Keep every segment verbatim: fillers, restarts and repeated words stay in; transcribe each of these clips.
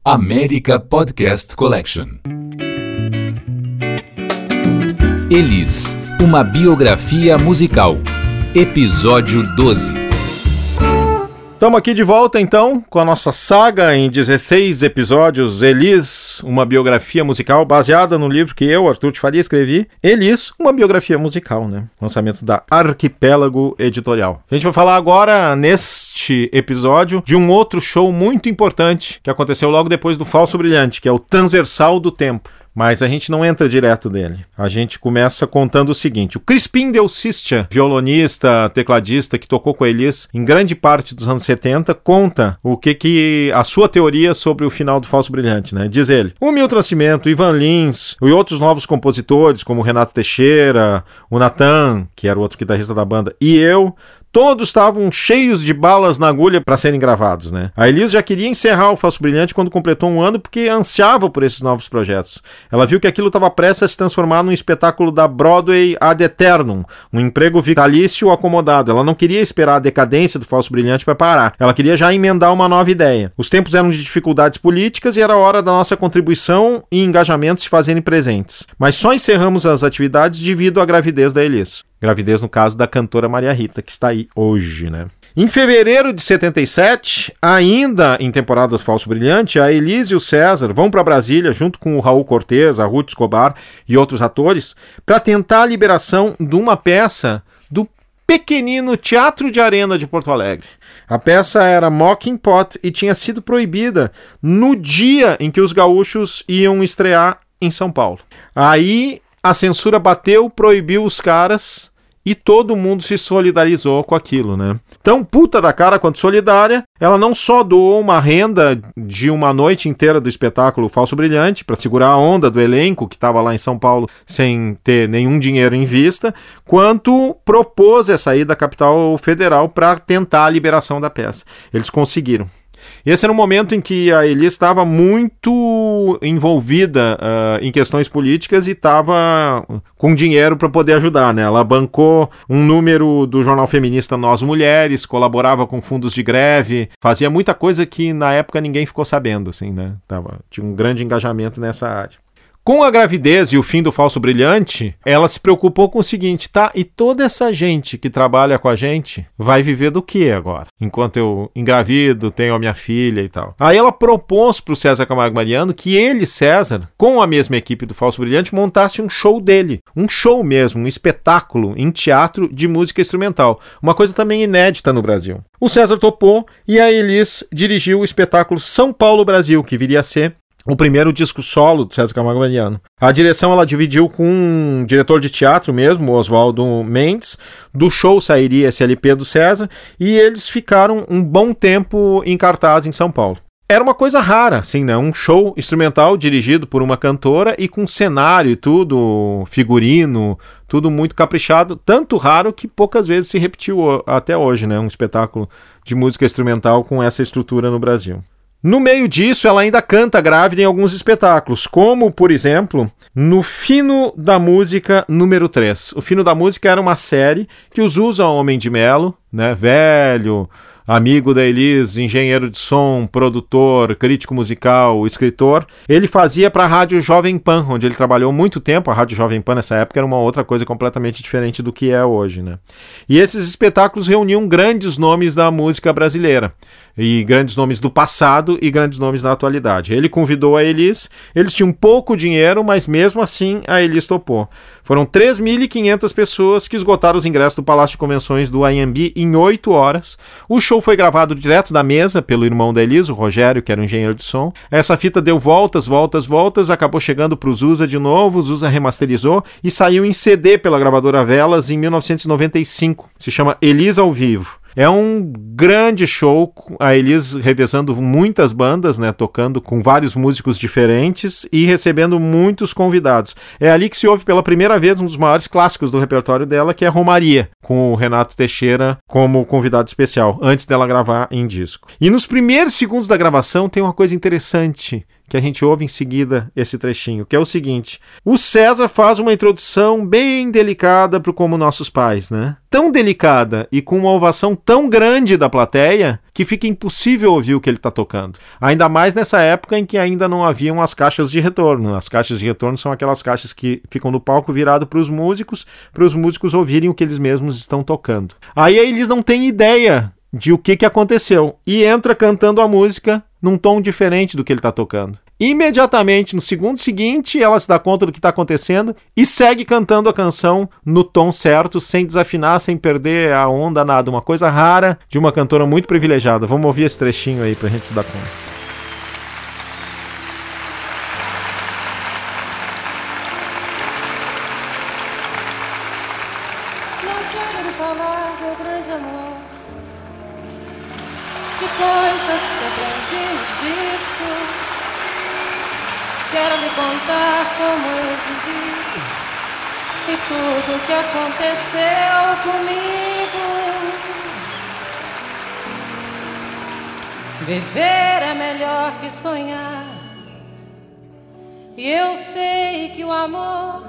América Podcast Collection. Elis, uma biografia musical. Episódio doze. Estamos aqui de volta, então, com a nossa saga em dezesseis episódios, Elis, uma biografia musical, baseada no livro que eu, Arthur de Faria, escrevi. Elis, uma biografia musical, né? Lançamento da Arquipélago Editorial. A gente vai falar agora, neste episódio, de um outro show muito importante que aconteceu logo depois do Falso Brilhante, que é o Transversal do Tempo. Mas a gente não entra direto dele. A gente começa contando o seguinte. O Crispim Del Sistia, violonista, tecladista, que tocou com a Elis em grande parte dos anos setenta, conta o que que a sua teoria sobre o final do Falso Brilhante, né? Diz ele, o Milton Nascimento, o Ivan Lins e outros novos compositores, como o Renato Teixeira, o Natan, que era o outro guitarrista da banda, e eu... todos estavam cheios de balas na agulha para serem gravados, né? A Elis já queria encerrar o Falso Brilhante quando completou um ano porque ansiava por esses novos projetos. Ela viu que aquilo estava prestes a se transformar num espetáculo da Broadway ad eternum, um emprego vitalício acomodado. Ela não queria esperar a decadência do Falso Brilhante para parar. Ela queria já emendar uma nova ideia. Os tempos eram de dificuldades políticas e era hora da nossa contribuição e engajamento se fazerem presentes. Mas só encerramos as atividades devido à gravidez da Elis. Gravidez, no caso, da cantora Maria Rita, que está aí hoje, né? Em fevereiro de setenta e sete, ainda em temporada do Falso Brilhante, a Elis e o César vão para Brasília, junto com o Raul Cortez, a Ruth Escobar e outros atores, para tentar a liberação de uma peça do pequenino Teatro de Arena de Porto Alegre. A peça era Mocking Pot e tinha sido proibida no dia em que os gaúchos iam estrear em São Paulo. Aí... a censura bateu, proibiu os caras e todo mundo se solidarizou com aquilo, né? Tão puta da cara quanto solidária, ela não só doou uma renda de uma noite inteira do espetáculo Falso Brilhante para segurar a onda do elenco que estava lá em São Paulo sem ter nenhum dinheiro em vista, quanto propôs essa ida à capital federal para tentar a liberação da peça. Eles conseguiram. Esse era um momento em que a Elis estava muito envolvida uh, em questões políticas e estava com dinheiro para poder ajudar, né? Ela bancou um número do jornal feminista Nós Mulheres, colaborava com fundos de greve, fazia muita coisa que na época ninguém ficou sabendo, assim, né? Tava, tinha um grande engajamento nessa área. Com a gravidez e o fim do Falso Brilhante, ela se preocupou com o seguinte, tá? E toda essa gente que trabalha com a gente vai viver do que agora? Enquanto eu engravido, tenho a minha filha e tal. Aí ela propôs pro César Camargo Mariano que ele, César, com a mesma equipe do Falso Brilhante, montasse um show dele. Um show mesmo, um espetáculo em teatro de música instrumental. Uma coisa também inédita no Brasil. O César topou e a Elis dirigiu o espetáculo São Paulo Brasil, que viria a ser o primeiro disco solo do César Camargo Mariano. A direção ela dividiu com um diretor de teatro mesmo, Oswaldo Mendes. Do show sairia esse L P do César e eles ficaram um bom tempo em cartaz em São Paulo. Era uma coisa rara, assim, né? Um show instrumental dirigido por uma cantora e com cenário e tudo, figurino, tudo muito caprichado. Tanto raro que poucas vezes se repetiu até hoje, né? Um espetáculo de música instrumental com essa estrutura no Brasil. No meio disso, ela ainda canta grávida em alguns espetáculos, como, por exemplo, no Fino da Música número três. O Fino da Música era uma série que os usa Homem de Melo, né, velho, amigo da Elis, engenheiro de som, produtor, crítico musical, escritor. Ele fazia para a Rádio Jovem Pan, onde ele trabalhou muito tempo. A Rádio Jovem Pan nessa época era uma outra coisa completamente diferente do que é hoje, né? E esses espetáculos reuniam grandes nomes da música brasileira, e grandes nomes do passado e grandes nomes da atualidade. Ele convidou a Elis, eles tinham pouco dinheiro, mas mesmo assim a Elis topou. Foram três mil e quinhentas pessoas que esgotaram os ingressos do Palácio de Convenções do Anhembi em oito horas. O show foi gravado direto da mesa pelo irmão da Elis, o Rogério, que era um engenheiro de som. Essa fita deu voltas, voltas, voltas, acabou chegando para o Zusa de novo, o Zusa remasterizou e saiu em C D pela gravadora Velas em mil novecentos e noventa e cinco. Se chama Elis ao Vivo. É um grande show, a Elis revezando muitas bandas, né, tocando com vários músicos diferentes e recebendo muitos convidados. É ali que se ouve pela primeira vez um dos maiores clássicos do repertório dela, que é Romaria, com o Renato Teixeira como convidado especial, antes dela gravar em disco. E nos primeiros segundos da gravação tem uma coisa interessante, que a gente ouve em seguida esse trechinho, que é o seguinte: o César faz uma introdução bem delicada para o Como Nossos Pais, né? Tão delicada e com uma ovação tão grande da plateia que fica impossível ouvir o que ele está tocando. Ainda mais nessa época em que ainda não haviam as caixas de retorno. As caixas de retorno são aquelas caixas que ficam no palco virado para os músicos, para os músicos ouvirem o que eles mesmos estão tocando. Aí eles não têm ideia de o que, que aconteceu e entra cantando a música num tom diferente do que ele está tocando. Imediatamente, no segundo seguinte, ela se dá conta do que está acontecendo e segue cantando a canção no tom certo, sem desafinar, sem perder a onda, nada. Uma coisa rara de uma cantora muito privilegiada. Vamos ouvir esse trechinho aí pra gente se dar conta. Quero lhe contar como eu vivi e tudo o que aconteceu comigo. Viver é melhor que sonhar, e eu sei que o amor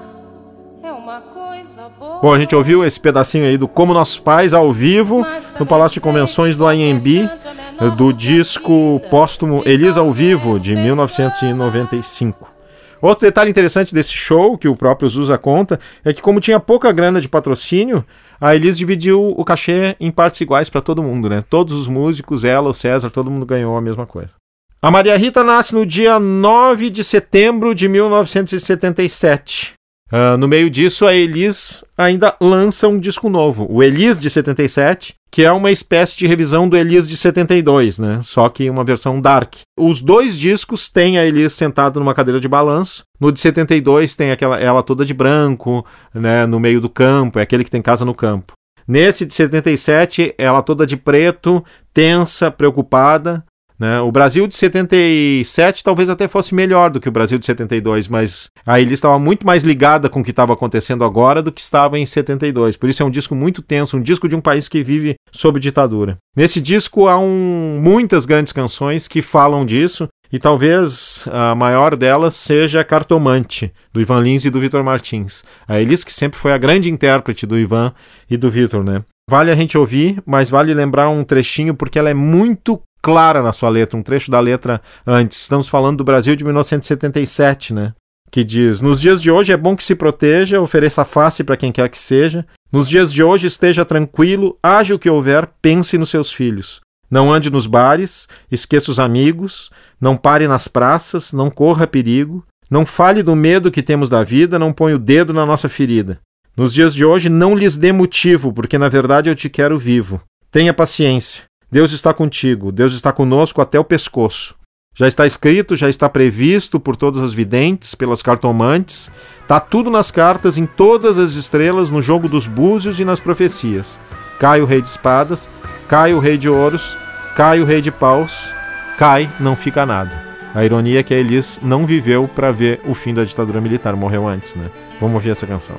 é uma coisa boa. Bom, a gente ouviu esse pedacinho aí do Como Nossos Pais ao vivo no Palácio de Convenções do I M B, do disco póstumo Elis ao Vivo, de mil novecentos e noventa e cinco. Outro detalhe interessante desse show, que o próprio Zusa conta, é que como tinha pouca grana de patrocínio, a Elis dividiu o cachê em partes iguais para todo mundo, né? Todos os músicos, ela, o César, todo mundo ganhou a mesma coisa. A Maria Rita nasce no dia nove de setembro de mil novecentos e setenta e sete. Uh, no meio disso, a Elis ainda lança um disco novo, o Elis de setenta e sete, que é uma espécie de revisão do Elis de setenta e dois, né? Só que uma versão dark. Os dois discos têm a Elis sentada numa cadeira de balanço. No de setenta e dois tem aquela, ela toda de branco, né? No meio do campo, é aquele que tem casa no campo. Nesse de setenta e sete, ela toda de preto, tensa, preocupada. Né? O Brasil de setenta e sete talvez até fosse melhor do que o Brasil de setenta e dois, mas a Elis estava muito mais ligada com o que estava acontecendo agora do que estava em setenta e dois. Por isso é um disco muito tenso, um disco de um país que vive sob ditadura. Nesse disco há um, muitas grandes canções que falam disso, e talvez a maior delas seja Cartomante, do Ivan Lins e do Vitor Martins. A Elis que sempre foi a grande intérprete do Ivan e do Vitor, né? Vale a gente ouvir, mas vale lembrar um trechinho porque ela é muito clara na sua letra, um trecho da letra antes. Estamos falando do Brasil de mil novecentos e setenta e sete, né? Que diz: nos dias de hoje é bom que se proteja, ofereça face para quem quer que seja. Nos dias de hoje esteja tranquilo, haja o que houver, pense nos seus filhos. Não ande nos bares, esqueça os amigos, não pare nas praças, não corra perigo, não fale do medo que temos da vida, não ponha o dedo na nossa ferida. Nos dias de hoje não lhes dê motivo, porque na verdade eu te quero vivo. Tenha paciência. Deus está contigo, Deus está conosco até o pescoço. Já está escrito, já está previsto por todas as videntes, pelas cartomantes. Está tudo nas cartas, em todas as estrelas, no jogo dos búzios e nas profecias. Cai o rei de espadas, cai o rei de ouros, cai o rei de paus, cai, não fica nada. A ironia é que a Elis não viveu para ver o fim da ditadura militar, morreu antes, né? Vamos ouvir essa canção.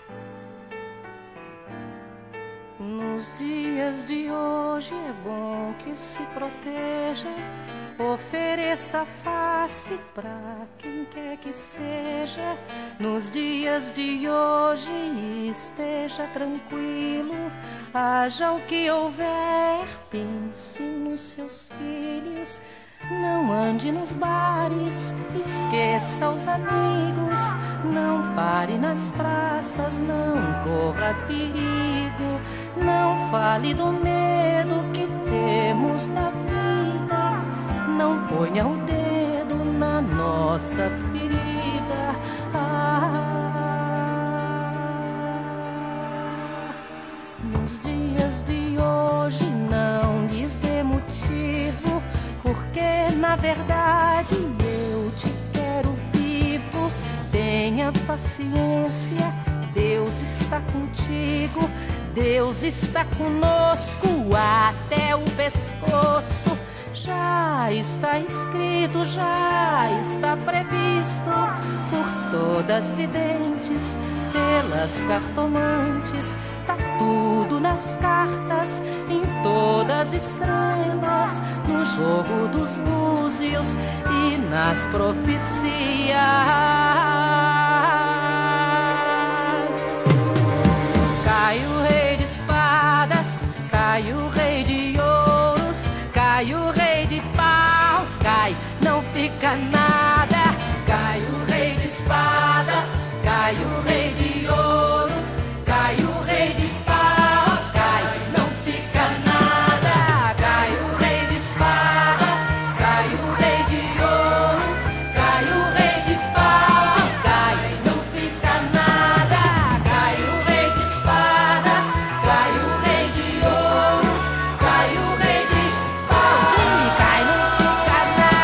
Ofereça face pra quem quer que seja. Nos dias de hoje esteja tranquilo, haja o que houver, pense nos seus filhos. Não ande nos bares, esqueça os amigos, não pare nas praças, não corra perigo, não fale do medo que temos na vida, não ponha o dedo na nossa ferida. Ah, nos dias de hoje não lhes dê motivo, porque na verdade eu te quero vivo. Tenha paciência, Deus está contigo, Deus está conosco até o pescoço. Já está escrito, já está previsto por todas videntes, pelas cartomantes. Tá tudo nas cartas, em todas as estrelas, no jogo dos búzios e nas profecias. Cai o rei de espadas, cai o rei de ouros, cai o rei de paus, cai, não fica nada. Cai o rei de espadas, cai o rei de ouros, cai o rei de paus, cai, não fica nada. Cai o rei de espadas, cai o rei de ouros, cai o rei de paus, cai, não fica nada. Cai o rei de espadas, cai o rei de ouros, cai o rei de paus, cai, não fica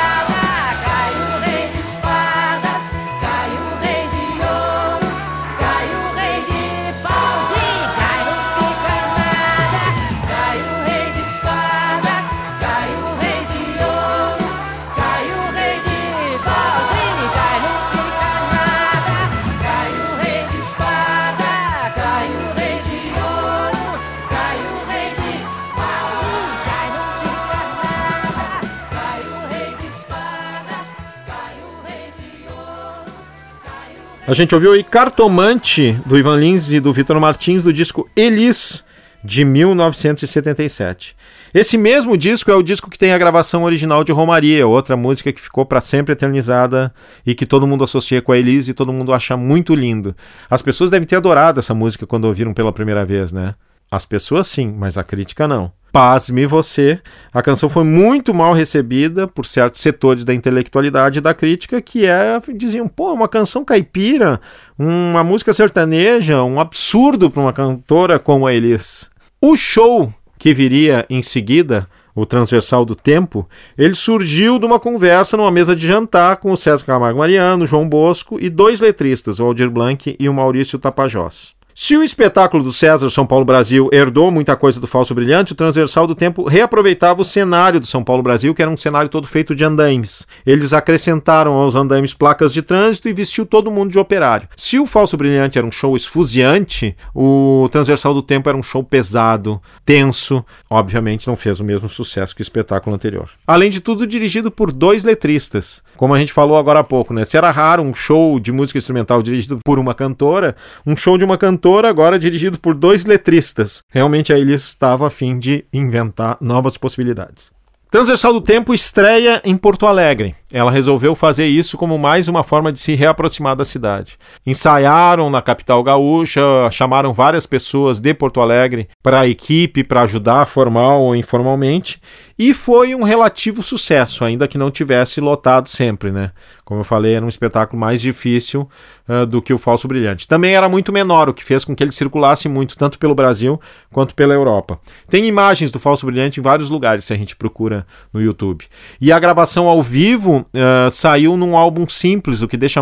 nada. Cai o rei de espadas, cai o rei de ouros, cai o rei de paus, cai, não fica nada. Cai o rei de espadas, cai o rei de ouros, cai o rei de paus, cai, não fica nada. Cai o rei de espada, cai o rei de ouro, cai o rei de paus, cai, não fica nada. Cai o rei de espada, cai o rei de ouro, cai o rei. A gente ouviu aí Cartomante, do Ivan Lins e do Vitor Martins, do disco Elis, de mil novecentos e setenta e sete. Esse mesmo disco é o disco que tem a gravação original de Romaria, outra música que ficou para sempre eternizada e que todo mundo associa com a Elis e todo mundo acha muito lindo. As pessoas devem ter adorado essa música quando ouviram pela primeira vez, né? As pessoas sim, mas a crítica não. Pasme você, a canção foi muito mal recebida por certos setores da intelectualidade e da crítica, que é, diziam, pô, uma canção caipira, uma música sertaneja, um absurdo para uma cantora como a Elis. O show que viria em seguida, o Transversal do Tempo, ele surgiu de uma conversa numa mesa de jantar com o César Camargo Mariano, João Bosco e dois letristas, o Aldir Blanc e o Maurício Tapajós. Se o espetáculo do César São Paulo Brasil herdou muita coisa do Falso Brilhante, o Transversal do Tempo reaproveitava o cenário do São Paulo Brasil, que era um cenário todo feito de andaimes. Eles acrescentaram aos andaimes placas de trânsito e vestiu todo mundo de operário. Se o Falso Brilhante era um show esfuziante, o Transversal do Tempo era um show pesado, tenso, obviamente não fez o mesmo sucesso que o espetáculo anterior. Além de tudo, dirigido por dois letristas. Como a gente falou agora há pouco, né? Se era raro um show de música instrumental dirigido por uma cantora, um show de uma cantora agora dirigido por dois letristas. Realmente a Elis estava a fim de inventar novas possibilidades. Transversal do Tempo estreia em Porto Alegre. Ela resolveu fazer isso como mais uma forma de se reaproximar da cidade. Ensaiaram na capital gaúcha, chamaram várias pessoas de Porto Alegre para a equipe, para ajudar formal ou informalmente, e foi um relativo sucesso, ainda que não tivesse lotado sempre, né? Como eu falei, era um espetáculo mais difícil uh, do que o Falso Brilhante. Também era muito menor, o que fez com que ele circulasse muito, tanto pelo Brasil quanto pela Europa. Tem imagens do Falso Brilhante em vários lugares, se a gente procura no YouTube. E a gravação ao vivo uh, saiu num álbum simples, o que deixa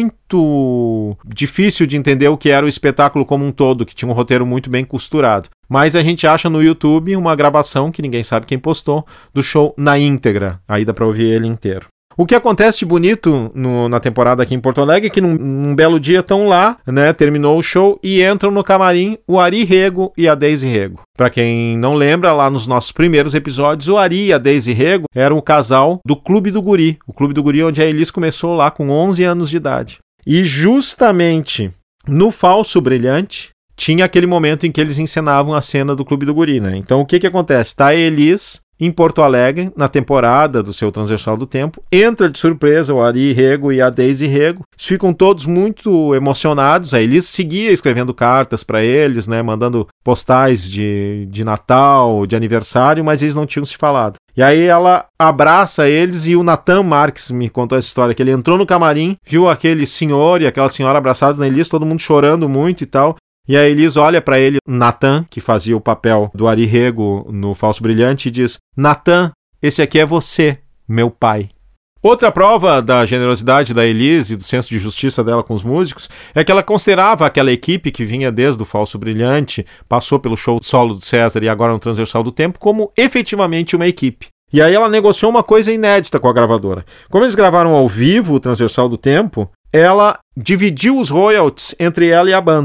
muito difícil de entender o que era o espetáculo como um todo, que tinha um roteiro muito bem costurado. Mas a gente acha no YouTube uma gravação, que ninguém sabe quem postou, do show na íntegra. Aí dá pra ouvir ele inteiro. O que acontece de bonito no, na temporada aqui em Porto Alegre é que num, num belo dia estão lá, né, terminou o show e entram no camarim o Ari Rego e a Daisy Rego. Pra quem não lembra, lá nos nossos primeiros episódios, o Ari e a Daisy Rego eram o casal do Clube do Guri. O Clube do Guri onde a Elis começou lá com onze anos de idade. E justamente no Falso Brilhante tinha aquele momento em que eles encenavam a cena do Clube do Guri, né? Então o que que acontece? Tá a Elis em Porto Alegre, na temporada do seu Transversal do Tempo, entra de surpresa o Ari Rego e a Daisy Rego, ficam todos muito emocionados, a Elis seguia escrevendo cartas para eles, né, mandando postais de, de Natal, de aniversário, mas eles não tinham se falado. E aí ela abraça eles e o Natan Marques me contou essa história, que ele entrou no camarim, viu aquele senhor e aquela senhora abraçados na Elis, todo mundo chorando muito e tal. E a Elis olha para ele, Natan, que fazia o papel do Ari Rego no Falso Brilhante, e diz: Natan, esse aqui é você, meu pai. Outra prova da generosidade da Elis e do senso de justiça dela com os músicos é que ela considerava aquela equipe que vinha desde o Falso Brilhante, passou pelo show solo do César e agora no Transversal do Tempo, como efetivamente uma equipe. E aí ela negociou uma coisa inédita com a gravadora. Como eles gravaram ao vivo o Transversal do Tempo, ela dividiu os royalties entre ela e a banda.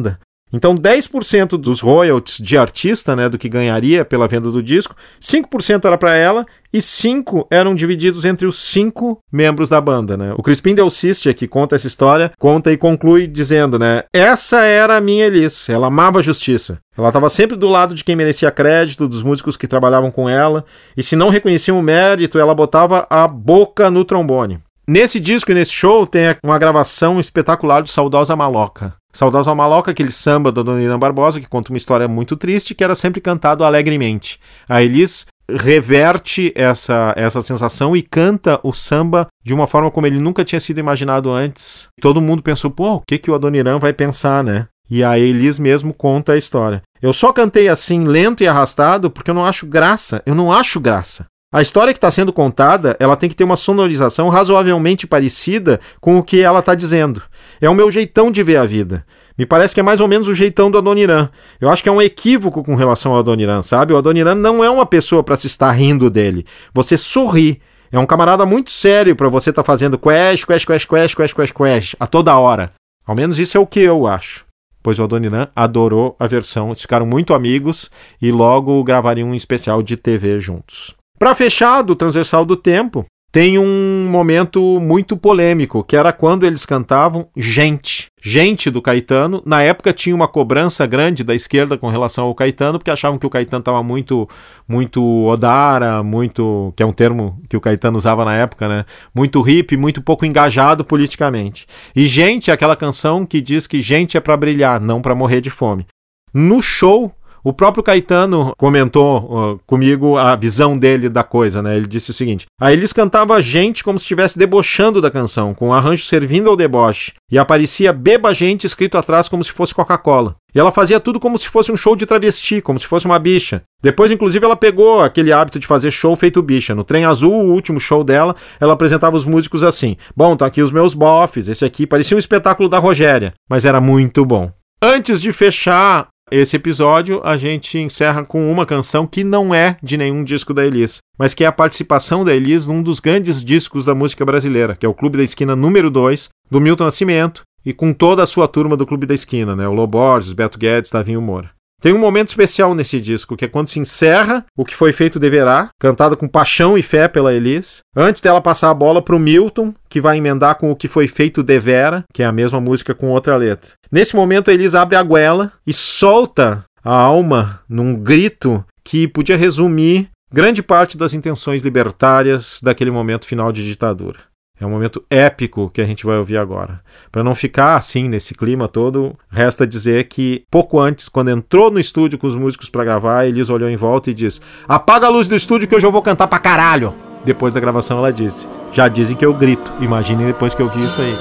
Então dez por cento dos royalties de artista, né, do que ganharia pela venda do disco, cinco por cento era para ela e cinco por cento eram divididos entre os cinco membros da banda, né? O Crispim Del Ciste, que conta essa história, conta e conclui dizendo, né, essa era a minha Elis, ela amava a justiça. Ela estava sempre do lado de quem merecia crédito, dos músicos que trabalhavam com ela, e se não reconheciam o mérito, ela botava a boca no trombone. Nesse disco e nesse show tem uma gravação espetacular do Saudosa Maloca. Saudosa Maloca, aquele samba da Dona Irã Barbosa, que conta uma história muito triste, que era sempre cantado alegremente. A Elis reverte essa, essa sensação e canta o samba de uma forma como ele nunca tinha sido imaginado antes. Todo mundo pensou, pô, o que, que o Adoniran vai pensar, né? E a Elis mesmo conta a história. Eu só cantei assim, lento e arrastado, porque eu não acho graça. Eu não acho graça. A história que está sendo contada, ela tem que ter uma sonorização razoavelmente parecida com o que ela está dizendo. É o meu jeitão de ver a vida. Me parece que é mais ou menos o jeitão do Adoniran. Eu acho que é um equívoco com relação ao Adoniran, sabe? O Adoniran não é uma pessoa para se estar rindo dele. Você sorri. É um camarada muito sério para você estar tá fazendo quest, quest, quest, quest, quest, quest, quest, a toda hora. Ao menos isso é o que eu acho. Pois o Adoniran adorou a versão. Eles ficaram muito amigos e logo gravariam um especial de T V juntos. Para fechar, do Transversal do Tempo, tem um momento muito polêmico, que era quando eles cantavam Gente. Gente do Caetano. Na época tinha uma cobrança grande da esquerda com relação ao Caetano, porque achavam que o Caetano estava muito, muito odara, muito, que é um termo que o Caetano usava na época, né? Muito hippie, muito pouco engajado politicamente. E Gente é aquela canção que diz que gente é para brilhar, não para morrer de fome. No show, o próprio Caetano comentou uh, comigo a visão dele da coisa, né? Ele disse o seguinte: a Elis cantava Gente como se estivesse debochando da canção, com o arranjo servindo ao deboche, e aparecia Beba Gente escrito atrás como se fosse Coca-Cola. E ela fazia tudo como se fosse um show de travesti, como se fosse uma bicha. Depois, inclusive, ela pegou aquele hábito de fazer show feito bicha. No Trem Azul, o último show dela, ela apresentava os músicos assim: bom, tá aqui os meus bofs, esse aqui parecia um espetáculo da Rogéria, mas era muito bom. Antes de fechar esse episódio, a gente encerra com uma canção que não é de nenhum disco da Elis, mas que é a participação da Elis num dos grandes discos da música brasileira, que é o Clube da Esquina número dois, do Milton Nascimento, e com toda a sua turma do Clube da Esquina, né? O Lô Borges, Beto Guedes, Tavinho Moura. Tem um momento especial nesse disco, que é quando se encerra O Que Foi Feito Deverá, cantada com paixão e fé pela Elis, antes dela passar a bola pro Milton, que vai emendar com O Que Foi Feito Devera, que é a mesma música com outra letra. Nesse momento a Elis abre a goela e solta a alma num grito que podia resumir grande parte das intenções libertárias daquele momento final de ditadura. É um momento épico que a gente vai ouvir agora. Para não ficar assim nesse clima todo, resta dizer que pouco antes, quando entrou no estúdio com os músicos para gravar, a Elis olhou em volta e disse: apaga a luz do estúdio que hoje eu vou cantar pra caralho. Depois da gravação ela disse: já dizem que eu grito. Imaginem depois que eu vi isso aí.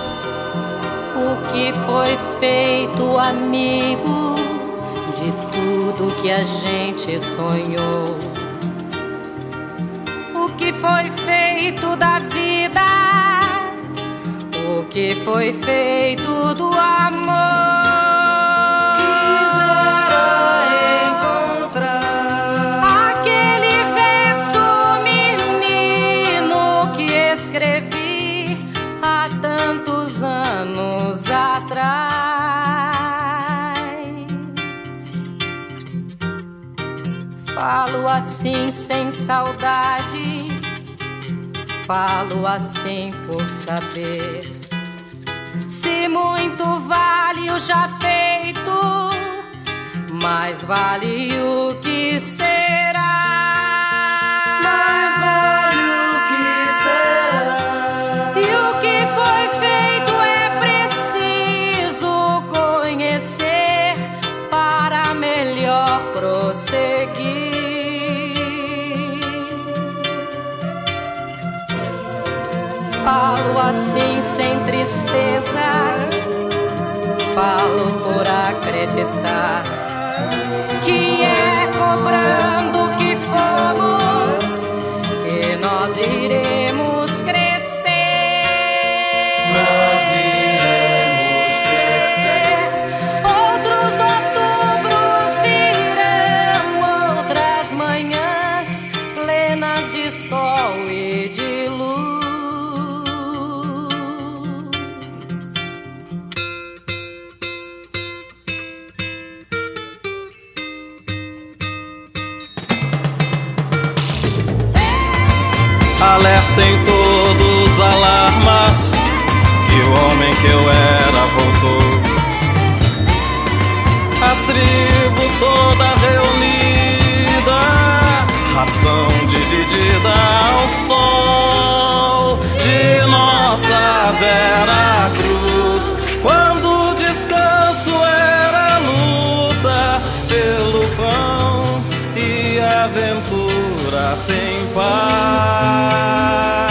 O que foi feito, amigo, de tudo que a gente sonhou? O que foi feito da vida? O que foi feito do amor? Quisera encontrar aquele verso menino que escrevi há tantos anos atrás. Falo assim sem saudade, falo assim por saber. Se muito vale o já feito, mais vale o que será. Mais vale o que será. E o que foi feito é preciso conhecer para melhor prosseguir. Falo assim sem tristeza, falo por acreditar que é cobrando que fomos que nós iremos crescer. Nós iremos crescer. Outros outubros virão, outras manhãs plenas de sol e de luz. que eu era voltou. A tribo toda reunida, ração dividida ao sol de nossa Vera Cruz. Quando o descanso era luta pelo pão e aventura sem par.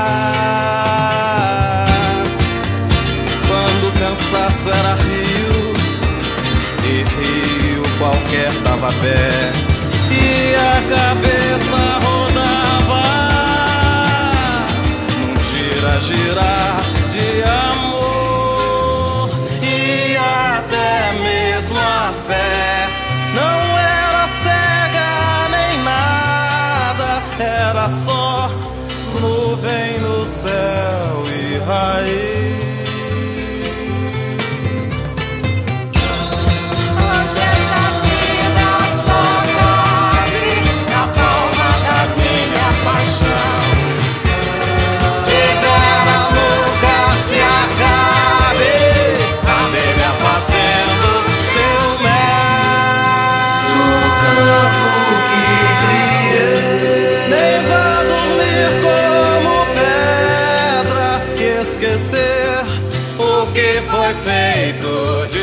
Quando o cansaço era rio e rio qualquer dava pé e a cabeça rodava num gira-girar de amor, e até mesmo a fé não era cega nem nada, era só nuvem no céu e raiz. Esquecer o que foi feito de